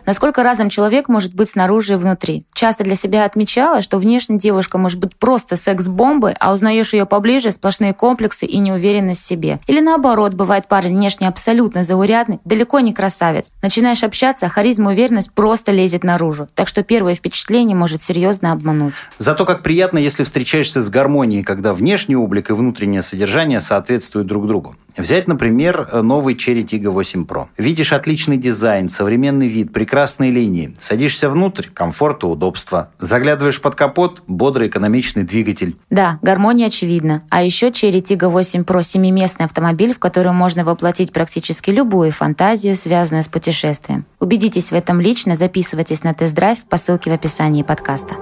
Насколько разным человек может быть снаружи и внутри. Часто для себя отмечала, что внешне девушка может быть просто секс-бомбой, а узнаешь ее поближе — сплошные комплексы и неуверенность в себе. Или наоборот, бывает парень внешне абсолютно заурядный, далеко не красавец. Начинаешь общаться, а харизма и уверенность просто лезет наружу. Так что первое впечатление может серьезно обмануть. Зато как приятно, если встречаешься с гармонией, когда внешний облик и внутреннее содержание соответствуют друг другу. Взять, например, новый Cherry Tiggo 8 Pro. Видишь отличный дизайн, современный вид, прекрасные линии. Садишься внутрь – комфорт и удобство. Заглядываешь под капот – бодрый экономичный двигатель. Да, гармония очевидна. А еще Cherry Tiggo 8 Pro – семиместный автомобиль, в котором можно воплотить практически любую фантазию, связанную с путешествием. Убедитесь в этом лично, записывайтесь на тест-драйв по ссылке в описании подкаста.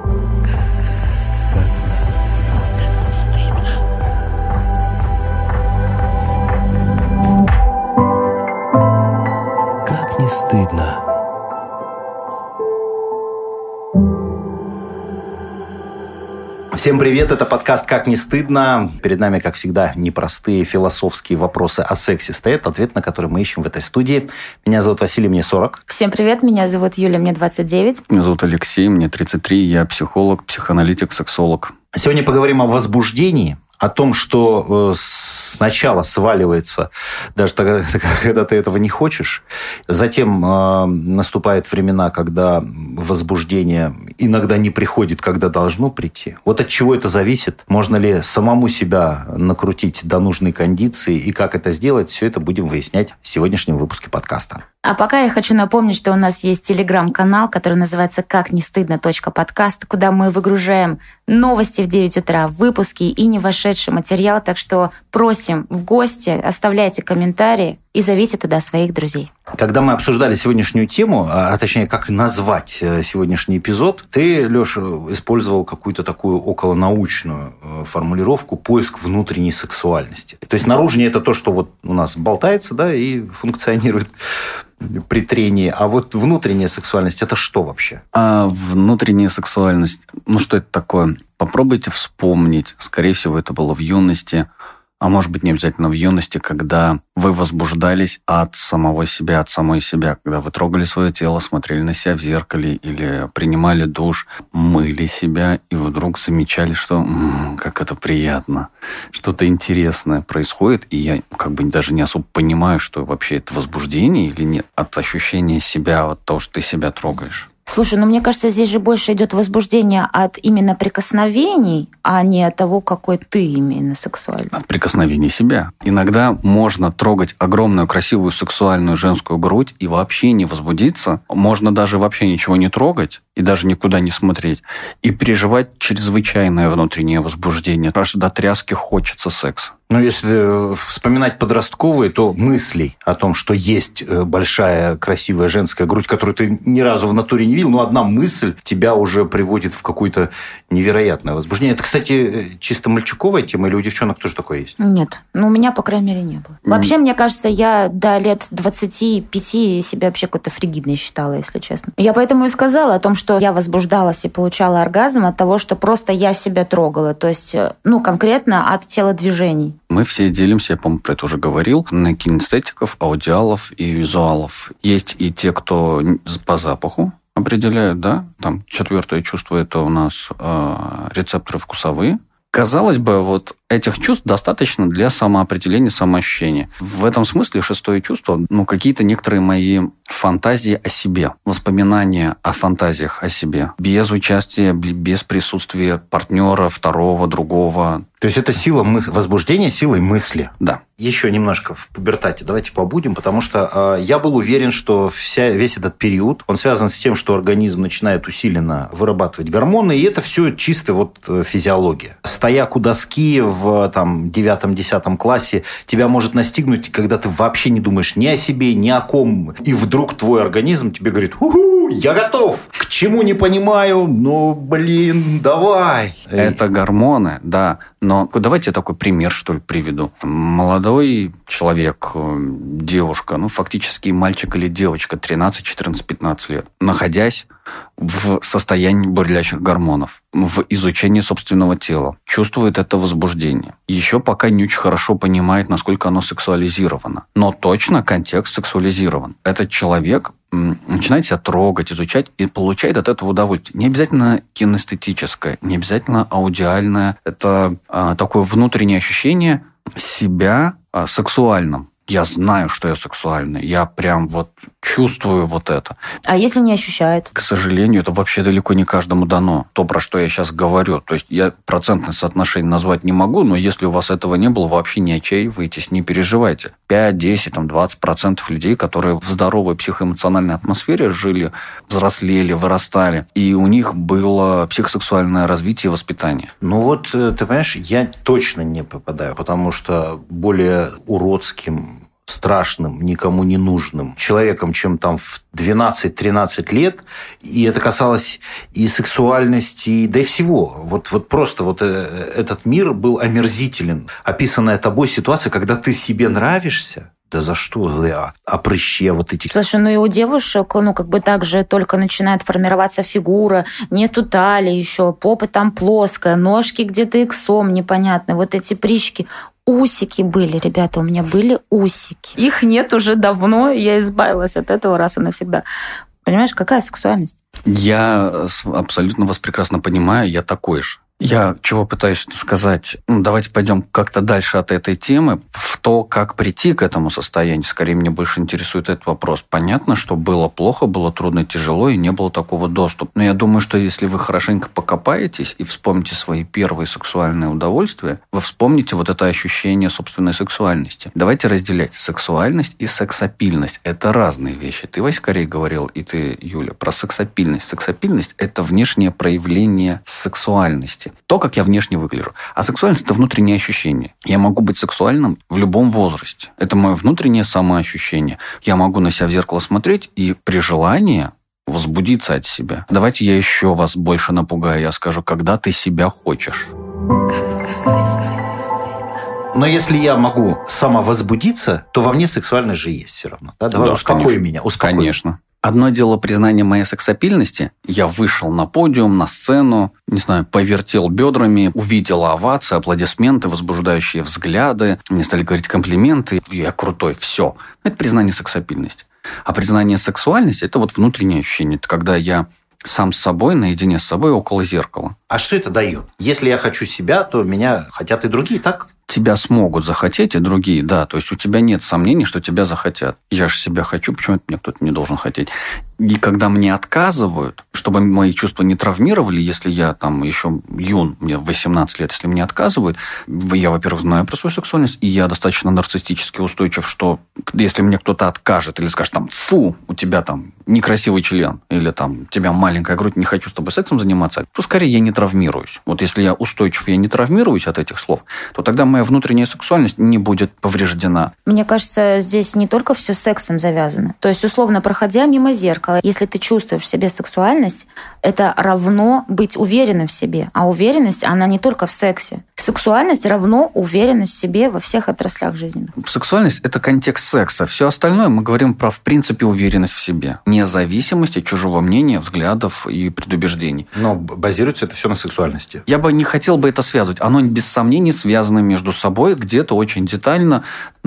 Не стыдно. Всем привет, это подкаст «Как не стыдно». Перед нами, как всегда, непростые философские вопросы о сексе стоят, ответ на который мы ищем в этой студии. Меня зовут Василий, мне 40. Всем привет, меня зовут Юля, мне 29. Меня зовут Алексей, мне 33, я психолог, психоаналитик, сексолог. Сегодня поговорим о возбуждении, о том, что сначала сваливается, даже тогда, когда ты этого не хочешь. Затем наступают времена, когда возбуждение иногда не приходит, когда должно прийти. Вот от чего это зависит? Можно ли самому себя накрутить до нужной кондиции? И как это сделать? Все это будем выяснять в сегодняшнем выпуске подкаста. А пока я хочу напомнить, что у нас есть телеграм-канал, который называется «Как не стыдно. Подкаст», куда мы выгружаем новости в 9 утра, выпуски и не вошедший материал. Так что просим в гости, оставляйте комментарии и зовите туда своих друзей. Когда мы обсуждали сегодняшнюю тему, а точнее, как назвать сегодняшний эпизод, ты, Леша, использовал какую-то такую околонаучную формулировку «поиск внутренней сексуальности». То есть наружнее это то, что вот у нас болтается, да, и функционирует при трении. А вот внутренняя сексуальность – это что вообще? А внутренняя сексуальность, что это такое? Попробуйте вспомнить. Скорее всего, это было в юности. А может быть, не обязательно в юности, когда вы возбуждались от самого себя, от самой себя, когда вы трогали свое тело, смотрели на себя в зеркале или принимали душ, мыли себя и вдруг замечали, что как это приятно, что-то интересное происходит, и я даже не особо понимаю, что вообще это возбуждение или нет, от ощущения себя, от того, что ты себя трогаешь. Слушай, мне кажется, здесь же больше идет возбуждение от именно прикосновений, а не от того, какой ты именно сексуальный. От прикосновений себя. Иногда можно трогать огромную, красивую, сексуальную женскую грудь и вообще не возбудиться. Можно даже вообще ничего не трогать и даже никуда не смотреть. И переживать чрезвычайное внутреннее возбуждение. Аж до тряски хочется секса. Если вспоминать подростковые, то мыслей о том, что есть большая красивая женская грудь, которую ты ни разу в натуре не видел, но одна мысль тебя уже приводит в какое-то невероятное возбуждение. Это, кстати, чисто мальчуковая тема или у девчонок тоже такое есть? Нет. У меня, по крайней мере, не было. Вообще, мне кажется, я до лет 25 себя вообще какой-то фригидной считала, если честно. Я поэтому и сказала о том, что я возбуждалась и получала оргазм от того, что просто я себя трогала. То есть, конкретно от телодвижений. Мы все делимся, я, по-моему, про это уже говорил, на кинестетиков, аудиалов и визуалов. Есть и те, кто по запаху определяют, да, там 4-е чувство – это у нас рецепторы вкусовые. Казалось бы, вот этих чувств достаточно для самоопределения, самоощущения. В этом смысле 6-е чувство, какие-то некоторые мои фантазии о себе, воспоминания о фантазиях о себе, без участия, без присутствия партнера, второго, другого. То есть это сила возбуждения силой мысли. Да. Еще немножко в пубертате давайте побудем, потому что я был уверен, что весь этот период, он связан с тем, что организм начинает усиленно вырабатывать гормоны, и это все чисто физиология. Стояк у доски в 9-10 классе тебя может настигнуть, когда ты вообще не думаешь ни о себе, ни о ком, и вдруг твой организм тебе говорит: я готов, к чему не понимаю, давай. Это гормоны, да. Но давайте я такой пример, что ли, приведу. Молодой человек, девушка, фактически мальчик или девочка, 13, 14, 15 лет, находясь в состоянии бурлящих гормонов, в изучении собственного тела, чувствует это возбуждение. Еще пока не очень хорошо понимает, насколько оно сексуализировано. Но точно контекст сексуализирован. Этот человек начинает себя трогать, изучать и получает от этого удовольствие. Не обязательно кинестетическое, не обязательно аудиальное. Это такое внутреннее ощущение себя сексуальным. Я знаю, что я сексуальный. Я прям вот чувствую вот это. А если не ощущает? К сожалению, это вообще далеко не каждому дано. То, про что я сейчас говорю. То есть я процентное соотношение назвать не могу, но если у вас этого не было, вообще не отчаивайтесь, не переживайте. 5, 10, 20% людей, которые в здоровой психоэмоциональной атмосфере жили, взрослели, вырастали, и у них было психосексуальное развитие и воспитание. Ну вот, ты понимаешь, я точно не попадаю, потому что более уродским, страшным, никому не нужным человеком, чем там в 12-13 лет. И это касалось и сексуальности, да и всего. Вот просто этот мир был омерзителен. Описанная тобой ситуация, когда ты себе нравишься, да за что? О прыще вот этих. Слушай, и у девушек, так же только начинает формироваться фигура, нету талии еще, попа там плоская, ножки где-то иксом непонятно, вот эти прыщики. Усики были, ребята, у меня были усики. Их нет уже давно, и я избавилась от этого раз и навсегда. Понимаешь, какая сексуальность? Я абсолютно вас прекрасно понимаю, я такой же. Я чего пытаюсь сказать? Давайте пойдем как-то дальше от этой темы в то, как прийти к этому состоянию. Скорее, меня больше интересует этот вопрос. Понятно, что было плохо, было трудно, тяжело, и не было такого доступа. Но я думаю, что если вы хорошенько покопаетесь и вспомните свои первые сексуальные удовольствия, вы вспомните вот это ощущение собственной сексуальности. Давайте разделять сексуальность и сексапильность. Это разные вещи. Ты, Вась, скорее говорил, и ты, Юля, про сексапильность. Сексапильность – это внешнее проявление сексуальности. То, как я внешне выгляжу. А сексуальность – это внутреннее ощущение. Я могу быть сексуальным в любом возрасте. Это мое внутреннее самоощущение. Я могу на себя в зеркало смотреть и при желании возбудиться от себя. Давайте я еще вас больше напугаю. Я скажу, когда ты себя хочешь. Но если я могу самовозбудиться, то во мне сексуальность же есть все равно. Да? Давай, да, успокой конечно. меня. Успокой. Конечно. Одно дело признание моей сексапильности. Я вышел на подиум, на сцену, не знаю, повертел бедрами, увидел овации, аплодисменты, возбуждающие взгляды. Мне стали говорить комплименты. Я крутой. Все. Это признание сексапильности. А признание сексуальности – это вот внутреннее ощущение. Это когда я сам с собой, наедине с собой, около зеркала. А что это дает? Если я хочу себя, то меня хотят и другие, так? Тебя смогут захотеть и другие, да. То есть у тебя нет сомнений, что тебя захотят. Я же себя хочу, почему это мне кто-то не должен хотеть? И когда мне отказывают, чтобы мои чувства не травмировали, если я там еще юн, мне 18 лет, если мне отказывают, я, во-первых, знаю про свою сексуальность, и я достаточно нарциссически устойчив, что если мне кто-то откажет или скажет там, фу, у тебя там некрасивый член, или там, у тебя маленькая грудь, не хочу с тобой сексом заниматься, то скорее я не травмируюсь. Вот если я устойчив, я не травмируюсь от этих слов, то тогда моя внутренняя сексуальность не будет повреждена. Мне кажется, здесь не только все с сексом завязано. То есть, условно, проходя мимо зеркала, если ты чувствуешь в себе сексуальность, это равно быть уверенным в себе. А уверенность, она не только в сексе. Сексуальность равно уверенность в себе во всех отраслях жизни. Сексуальность – это контекст секса. Все остальное мы говорим про, в принципе, уверенность в себе. Независимость от чужого мнения, взглядов и предубеждений. Но базируется это все на сексуальности. Я бы не хотел бы это связывать. Оно без сомнений связано между собой, где-то очень детально.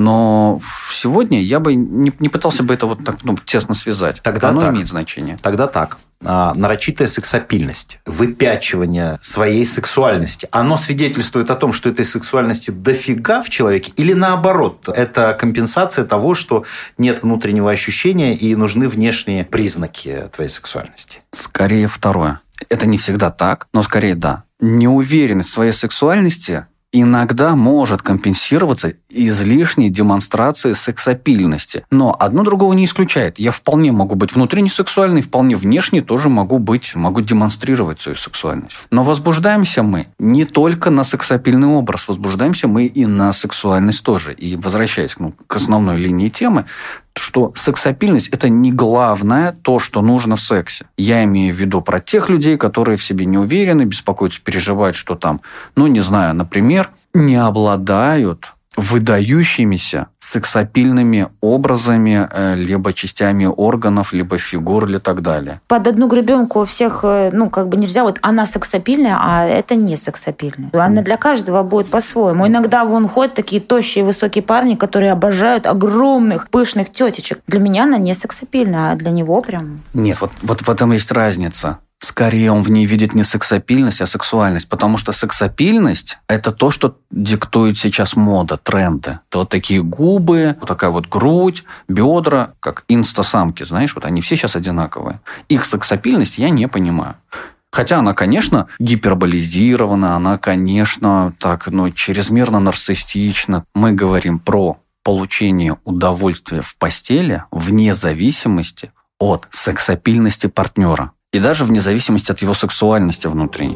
Но сегодня я бы не пытался бы это вот так тесно связать. Тогда оно так. имеет значение. Тогда так. Нарочитая сексапильность, выпячивание своей сексуальности, оно свидетельствует о том, что этой сексуальности дофига в человеке, или наоборот, это компенсация того, что нет внутреннего ощущения и нужны внешние признаки твоей сексуальности? Скорее второе. Это не всегда так, но скорее да. Неуверенность в своей сексуальности иногда может компенсироваться излишней демонстрацией сексапильности. Но одно другого не исключает. Я вполне могу быть внутренне сексуальной, вполне внешне тоже могу демонстрировать свою сексуальность. Но возбуждаемся мы не только на сексапильный образ, возбуждаемся мы и на сексуальность тоже. И возвращаясь к основной линии темы, что сексапильность – это не главное то, что нужно в сексе. Я имею в виду про тех людей, которые в себе не уверены, беспокоятся, переживают, что там, не знаю, например, не обладают выдающимися сексапильными образами, либо частями органов, либо фигур, или так далее. Под одну гребенку у всех, нельзя, вот она сексапильная, а это не сексапильная. Она для каждого будет по-своему. Иногда вон ходят такие тощие, высокие парни, которые обожают огромных, пышных тетечек. Для меня она не сексапильная, а для него прям... Нет, вот в этом есть разница. Скорее он в ней видит не сексапильность, а сексуальность. Потому что сексапильность – это то, что диктует сейчас мода, тренды. Это вот такие губы, вот такая вот грудь, бедра, как инстасамки, знаешь, вот они все сейчас одинаковые. Их сексапильность я не понимаю. Хотя она, конечно, гиперболизирована, она, конечно, чрезмерно нарциссична. Мы говорим про получение удовольствия в постели вне зависимости от сексапильности партнера. И даже вне зависимости от его сексуальности внутренней.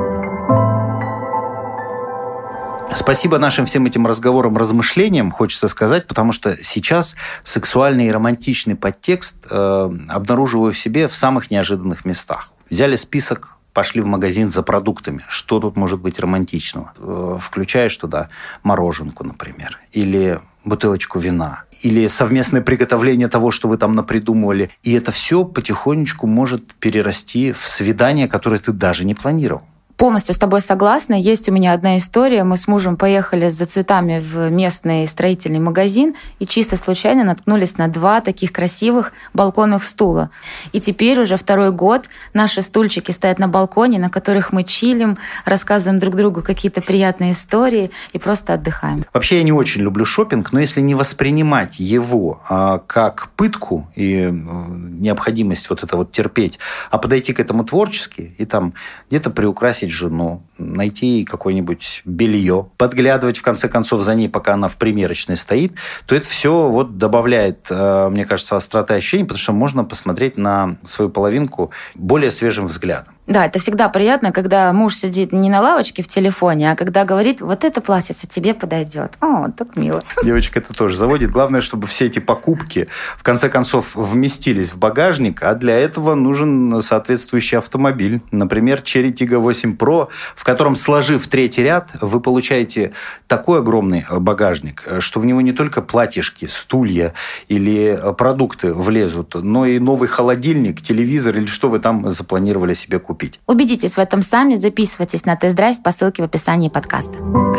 Спасибо нашим всем этим разговорам, размышлениям, хочется сказать, потому что сейчас сексуальный и романтичный подтекст обнаруживаю в себе в самых неожиданных местах. Взяли список, пошли в магазин за продуктами. Что тут может быть романтичного? Включаешь туда мороженку, например, или бутылочку вина, или совместное приготовление того, что вы там напридумывали. И это все потихонечку может перерасти в свидание, которое ты даже не планировал. Полностью с тобой согласна. Есть у меня одна история. Мы с мужем поехали за цветами в местный строительный магазин и чисто случайно наткнулись на 2 таких красивых балконных стула. И теперь уже 2-й год наши стульчики стоят на балконе, на которых мы чилим, рассказываем друг другу какие-то приятные истории и просто отдыхаем. Вообще я не очень люблю шопинг, но если не воспринимать его как пытку и необходимость вот это вот терпеть, а подойти к этому творчески и там где-то приукрасить жену, найти ей какое-нибудь белье, подглядывать, в конце концов, за ней, пока она в примерочной стоит, то это все вот добавляет, мне кажется, остроты ощущений, потому что можно посмотреть на свою половинку более свежим взглядом. Да, это всегда приятно, когда муж сидит не на лавочке в телефоне, а когда говорит, вот это платьице тебе подойдет. О, так мило. Девочка это тоже заводит. Главное, чтобы все эти покупки, в конце концов, вместились в багажник, а для этого нужен соответствующий автомобиль. Например, Chery Tiggo 8 Pro, в котором, сложив 3-й ряд, вы получаете такой огромный багажник, что в него не только платьишки, стулья или продукты влезут, но и новый холодильник, телевизор или что вы там запланировали себе купить. Убедитесь в этом сами, записывайтесь на тест-драйв по ссылке в описании подкаста.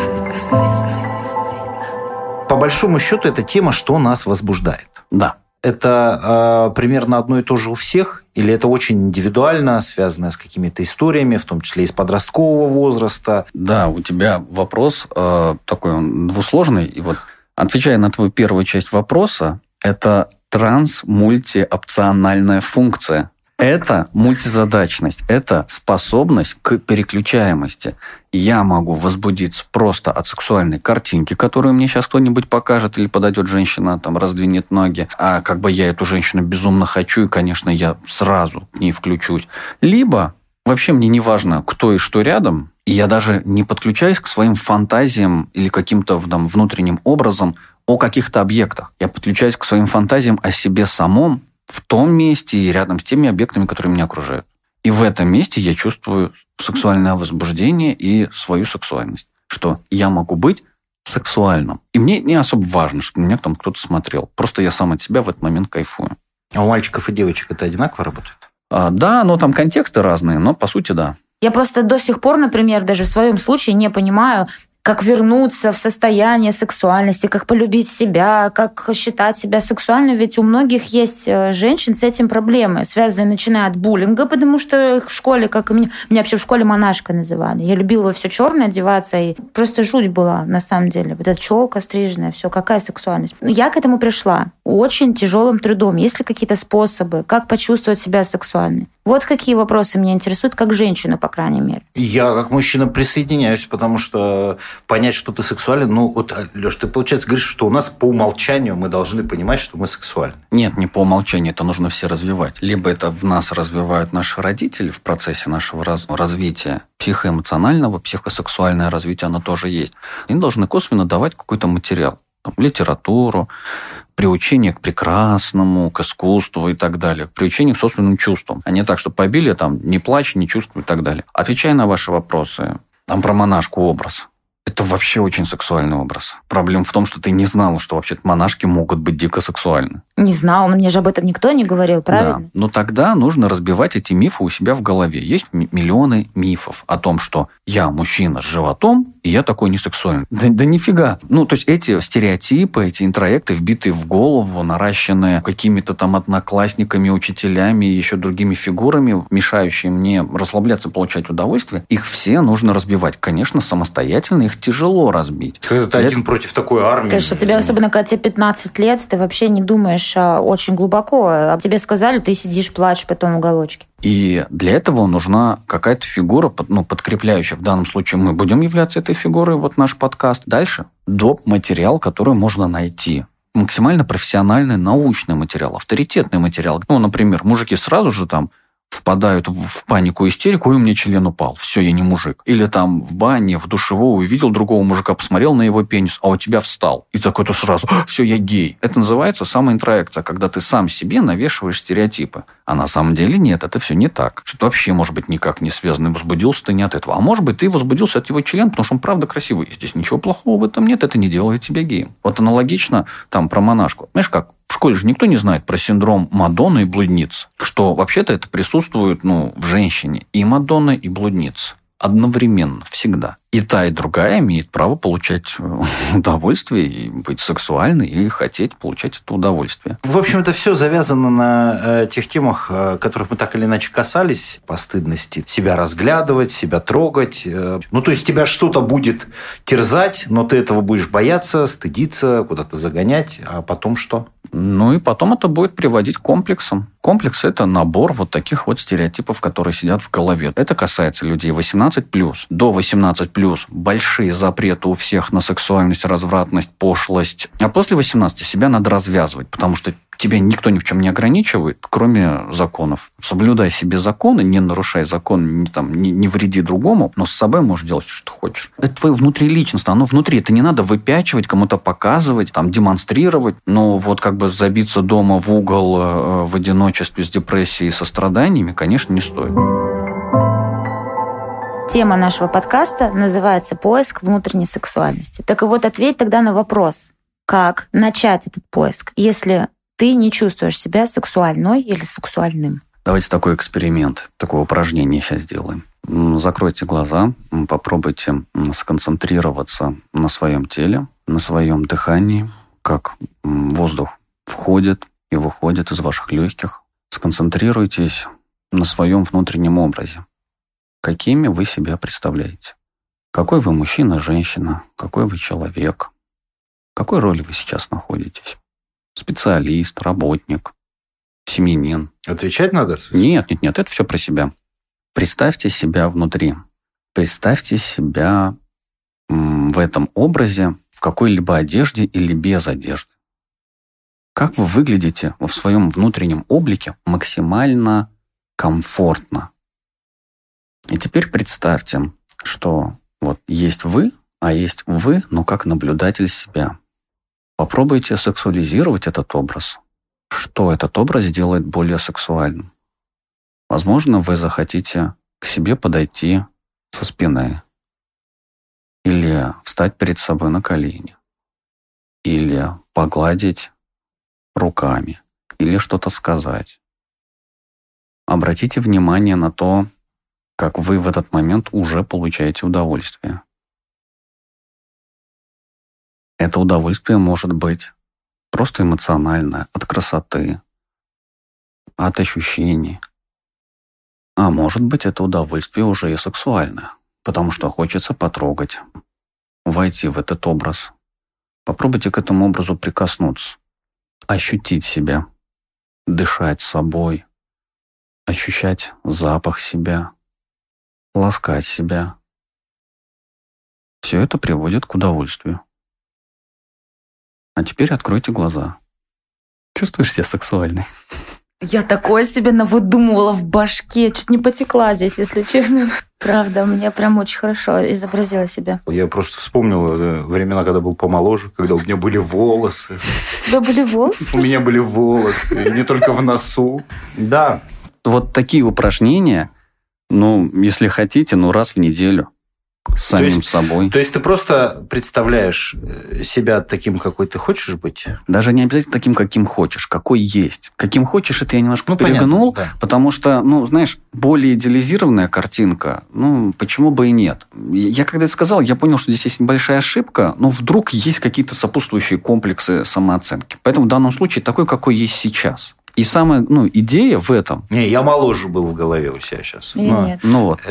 По большому счету, это тема, что нас возбуждает. Да. Это примерно одно и то же у всех? Или это очень индивидуально, связано с какими-то историями, в том числе из подросткового возраста? Да, у тебя вопрос такой он двусложный. И вот, отвечая на твою первую часть вопроса, это трансмультиопциональная функция. Это мультизадачность, это способность к переключаемости. Я могу возбудиться просто от сексуальной картинки, которую мне сейчас кто-нибудь покажет, или подойдет женщина, там, раздвинет ноги, а как бы я эту женщину безумно хочу, и, конечно, я сразу к ней включусь. Либо вообще мне не важно, кто и что рядом, и я даже не подключаюсь к своим фантазиям или каким-то внутренним образом о каких-то объектах. Я подключаюсь к своим фантазиям о себе самом, в том месте и рядом с теми объектами, которые меня окружают. И в этом месте я чувствую сексуальное возбуждение и свою сексуальность. Что я могу быть сексуальным. И мне не особо важно, что меня там кто-то смотрел. Просто я сам от себя в этот момент кайфую. А у мальчиков и девочек это одинаково работает? Да, но там контексты разные, но по сути да. Я просто до сих пор, например, даже в своем случае не понимаю, как вернуться в состояние сексуальности, как полюбить себя, как считать себя сексуальной. Ведь у многих есть женщин с этим проблемы, связанные, начиная от буллинга, потому что в школе, как и меня вообще в школе монашкой называли. Я любила во все черное одеваться, и просто жуть была, на самом деле. Вот эта челка стриженная, все, какая сексуальность. Я к этому пришла очень тяжелым трудом. Есть ли какие-то способы, как почувствовать себя сексуальной? Вот какие вопросы меня интересуют, как женщину, по крайней мере. Я, как мужчина, присоединяюсь, потому что понять, что ты сексуален... Леш, ты, получается, говоришь, что у нас по умолчанию мы должны понимать, что мы сексуальны. Нет, не по умолчанию, это нужно все развивать. Либо это в нас развивают наши родители в процессе нашего развития психоэмоционального, психосексуальное развитие, оно тоже есть. Они должны косвенно давать какой-то материал. Литературу, приучение к прекрасному, к искусству и так далее. Приучение к собственным чувствам. А не так, что побили, не плачь, не чувствуй и так далее. Отвечая на ваши вопросы, про монашку образ. Это вообще очень сексуальный образ. Проблема в том, что ты не знала, что вообще-то монашки могут быть дико сексуальны. Не знал, мне же об этом никто не говорил, правильно? Да. Но тогда нужно разбивать эти мифы у себя в голове. Есть миллионы мифов о том, что я мужчина с животом, и я такой несексуальный. Да нифига. То есть эти стереотипы, эти интроекты, вбитые в голову, наращенные какими-то там одноклассниками, учителями и еще другими фигурами, мешающие мне расслабляться, получать удовольствие, их все нужно разбивать. Конечно, самостоятельно их тяжело разбить. Когда ты один против такой армии. Конечно, тебе, особенно когда тебе 15 лет, ты вообще не думаешь очень глубоко. А тебе сказали, ты сидишь, плачешь потом в уголочке. И для этого нужна какая-то фигура, подкрепляющая. В данном случае мы будем являться этой фигурой, вот наш подкаст. Дальше доп. Материал, который можно найти. Максимально профессиональный научный материал, авторитетный материал. Например, мужики сразу же там впадают в панику, истерику, и у меня член упал. Все, я не мужик. Или там в бане, в душевой увидел другого мужика, посмотрел на его пенис, а у тебя встал. И такой-то сразу, все, я гей. Это называется самоинтроекция, когда ты сам себе навешиваешь стереотипы. А на самом деле нет, это все не так. Что-то вообще, может быть, никак не связано. И возбудился ты не от этого. А может быть, ты возбудился от его члена, потому что он правда красивый. И здесь ничего плохого в этом нет, это не делает тебя геем. Вот аналогично там про монашку. Знаешь как? В школе же никто не знает про синдром Мадонны и блудниц, что вообще-то это присутствует в женщине и Мадонна, и блудница. Одновременно, всегда. И та, и другая имеет право получать удовольствие, и быть сексуальной, и хотеть получать это удовольствие. В общем, это все завязано на тех темах, которых мы так или иначе касались. Постыдности. Себя разглядывать, себя трогать. То есть тебя что-то будет терзать, но ты этого будешь бояться, стыдиться, куда-то загонять. А потом что? И потом это будет приводить к комплексам. Комплекс – это набор вот таких вот стереотипов, которые сидят в голове. Это касается людей 18+. До 18+. Большие запреты у всех на сексуальность, развратность, пошлость. А после 18 себя надо развязывать, потому что тебя никто ни в чем не ограничивает, кроме законов. Соблюдай себе законы, не нарушай закон, не вреди другому, но с собой можешь делать все, что хочешь. Это твое внутриличностное, оно внутри. Это не надо выпячивать, кому-то показывать, демонстрировать. Забиться дома в угол в одиночестве с депрессией и со страданиями, конечно, не стоит. Тема нашего подкаста называется «Поиск внутренней сексуальности». Так и вот ответь тогда на вопрос, как начать этот поиск, если ты не чувствуешь себя сексуальной или сексуальным. Давайте такой эксперимент, такое упражнение сейчас сделаем. Закройте глаза, попробуйте сконцентрироваться на своем теле, на своем дыхании, как воздух входит и выходит из ваших легких. Сконцентрируйтесь на своем внутреннем образе. Какими вы себя представляете? Какой вы мужчина, женщина? Какой вы человек? В какой роли вы сейчас находитесь? Специалист, работник, семьянин. Отвечать надо? Нет, это все про себя. Представьте себя внутри. Представьте себя в этом образе, в какой-либо одежде или без одежды. Как вы выглядите в своем внутреннем облике максимально комфортно. И теперь представьте, что есть вы, а есть вы, как наблюдатель себя. Попробуйте сексуализировать этот образ. Что этот образ делает более сексуальным? Возможно, вы захотите к себе подойти со спины. Или встать перед собой на колени. Или погладить руками. Или что-то сказать. Обратите внимание на то, как вы в этот момент уже получаете удовольствие. Это удовольствие может быть просто эмоциональное, от красоты, от ощущений. А может быть, это удовольствие уже и сексуальное, потому что хочется потрогать, войти в этот образ. Попробуйте к этому образу прикоснуться, ощутить себя, дышать собой, ощущать запах себя, ласкать себя. Все это приводит к удовольствию. А теперь откройте глаза. Чувствуешь себя сексуальной? Я такое себе навыдумывала в башке. Чуть не потекла здесь, если честно. Правда, мне прям очень хорошо изобразила себя. Я просто вспомнил времена, когда был помоложе, когда у меня были волосы. У тебя были волосы? У меня были волосы. И не только в носу. Да. Вот такие упражнения, если хотите, раз в неделю. С самим собой. То есть ты просто представляешь себя таким, какой ты хочешь быть? Даже не обязательно таким, каким хочешь, какой есть. Каким хочешь, это я немножко перегнул, понятно, да. Потому что, знаешь, более идеализированная картинка, почему бы и нет. Я когда это сказал, я понял, что здесь есть небольшая ошибка, но вдруг есть какие-то сопутствующие комплексы самооценки. Поэтому в данном случае такой, какой есть сейчас. И самая идея в этом... Не, я моложе был в голове у себя сейчас. Нет.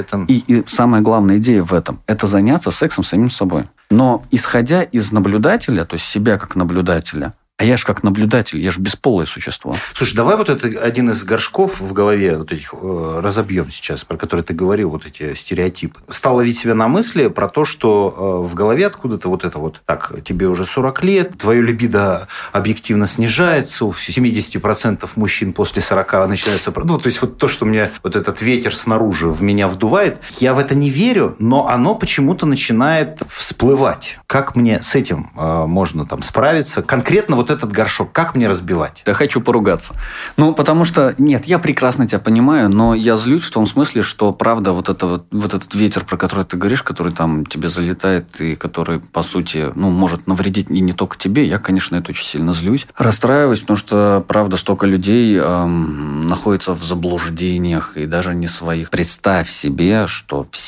И самая главная идея в этом – это заняться сексом с самим собой. Но исходя из наблюдателя, то есть себя как наблюдателя, а я же как наблюдатель, я же бесполое существо. Слушай, давай вот это один из горшков в голове вот этих разобьем сейчас, про который ты говорил, вот эти стереотипы. Стал ловить себя на мысли про то, что в голове откуда-то вот это вот, так, тебе уже 40 лет, твое либидо объективно снижается, у 70% мужчин после 40 начинается... то есть вот то, что мне вот этот ветер снаружи в меня вдувает, я в это не верю, но оно почему-то начинает всплывать. Как мне с этим можно справиться? Конкретно вот этот горшок, как мне разбивать? Да хочу поругаться. Потому что, нет, я прекрасно тебя понимаю, но я злюсь в том смысле, что, правда, вот этот ветер, про который ты говоришь, который там тебе залетает и который, по сути, может навредить и не только тебе, я, конечно, это очень сильно злюсь. Расстраиваюсь, потому что, правда, столько людей находится в заблуждениях и даже не своих. Представь себе, что в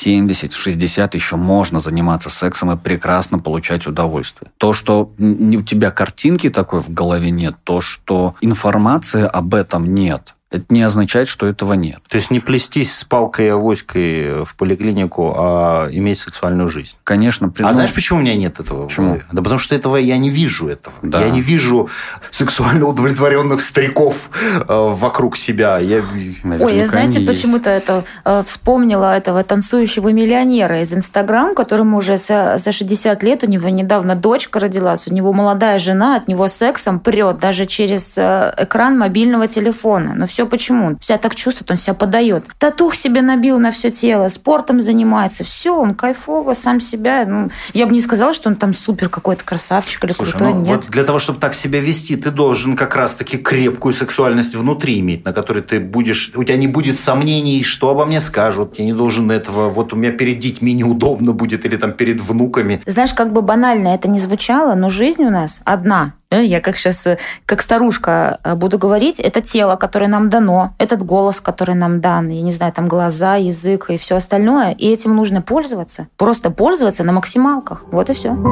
70-60 еще можно заниматься сексом и прекрасно получать удовольствие. То, что у тебя картинки такой в голове нет, то, что информации об этом нет, это не означает, что этого нет. То есть не плестись с палкой и авоськой в поликлинику, а иметь сексуальную жизнь. Конечно. А знаешь, почему у меня нет этого? Почему? Да потому что этого я не вижу этого. Да. Я не вижу сексуально удовлетворенных стариков вокруг себя. Ой, я знаете, почему-то вспомнила этого танцующего миллионера из Инстаграм, которому уже за 60 лет, у него недавно дочка родилась, у него молодая жена, от него сексом прет даже через экран мобильного телефона. Но все почему? Он себя так чувствует, он себя подает. Татух себе набил на все тело, спортом занимается. Все, он кайфово, сам себя. Я бы не сказала, что он там супер какой-то красавчик или крутой. Нет. Вот для того, чтобы так себя вести, ты должен как раз-таки крепкую сексуальность внутри иметь, на которой ты будешь... У тебя не будет сомнений, что обо мне скажут. Я не должен этого... Вот у меня перед детьми неудобно будет или перед внуками. Знаешь, как бы банально это ни звучало, но жизнь у нас одна. Я как сейчас, как старушка буду говорить, это тело, которое нам дано, этот голос, который нам дан, я не знаю, глаза, язык и все остальное, и этим нужно пользоваться. Просто пользоваться на максималках. Вот и все.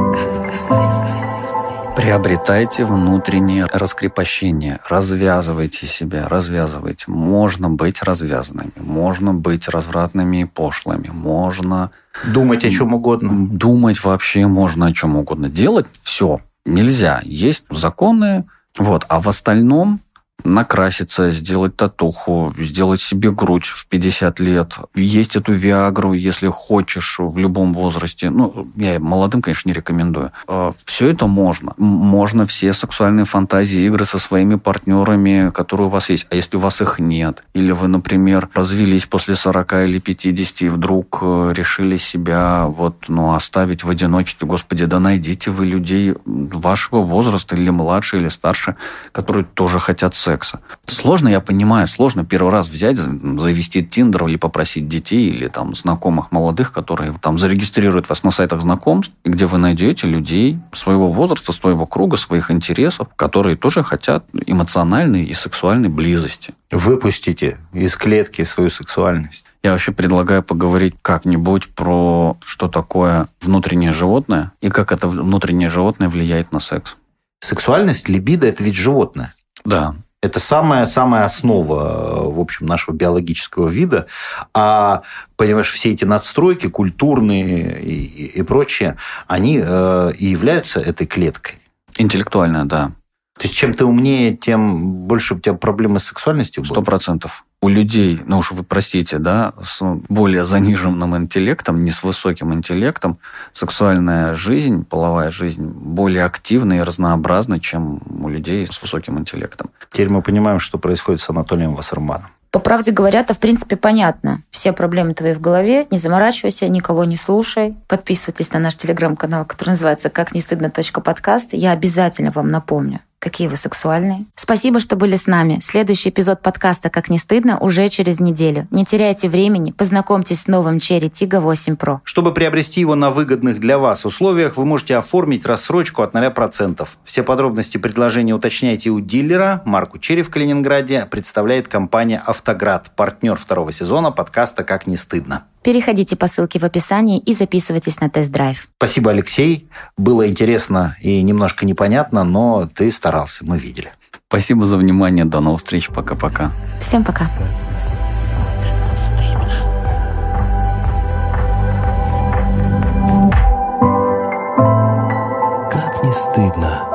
Приобретайте внутреннее раскрепощение, развязывайте себя, развязывайте. Можно быть развязанными, можно быть развратными и пошлыми, можно... Думать о чем угодно. Думать вообще можно о чем угодно. Делать все нельзя. Есть законы, а в остальном накраситься, сделать татуху, сделать себе грудь в 50 лет, есть эту виагру, если хочешь, в любом возрасте. Я молодым, конечно, не рекомендую. Все это можно. Можно все сексуальные фантазии, игры со своими партнерами, которые у вас есть. А если у вас их нет? Или вы, например, развелись после 40 или 50 и вдруг решили себя оставить в одиночестве. Господи, да найдите вы людей вашего возраста, или младше, или старше, которые тоже хотят секса. Сложно, я понимаю, сложно первый раз взять, завести Тиндер или попросить детей или знакомых молодых, которые зарегистрируют вас на сайтах знакомств, где вы найдете людей своего возраста, своего круга, своих интересов, которые тоже хотят эмоциональной и сексуальной близости. Выпустите из клетки свою сексуальность. Я вообще предлагаю поговорить как-нибудь про что такое внутреннее животное и как это внутреннее животное влияет на секс. Сексуальность, либидо – это ведь животное. Да. Это самая основа, в общем, нашего биологического вида. А, понимаешь, все эти надстройки культурные и прочее, они и являются этой клеткой. Интеллектуальная, да. То есть, чем ты умнее, тем больше у тебя проблемы с сексуальностью будут? 100%. У людей, вы простите, с более заниженным интеллектом, не с высоким интеллектом, сексуальная жизнь, половая жизнь более активна и разнообразна, чем у людей с высоким интеллектом. Теперь мы понимаем, что происходит с Анатолием Вассерманом. По правде говоря-то, в принципе, понятно. Все проблемы твои в голове, не заморачивайся, никого не слушай. Подписывайтесь на наш телеграм-канал, который называется «Как не стыдно. Подкаст». Я обязательно вам напомню, Какие вы сексуальные. Спасибо, что были с нами. Следующий эпизод подкаста «Как не стыдно» уже через неделю. Не теряйте времени, познакомьтесь с новым Cherry Tiggo 8 Pro. Чтобы приобрести его на выгодных для вас условиях, вы можете оформить рассрочку от 0%. Все подробности предложения уточняйте у дилера. Марку Cherry в Калининграде представляет компания «Автоград», партнер второго сезона подкаста «Как не стыдно». Переходите по ссылке в описании и записывайтесь на тест-драйв. Спасибо, Алексей. Было интересно и немножко непонятно, но ты старался, мы видели. Спасибо за внимание. До новых встреч. Пока-пока. Всем пока. Как не стыдно.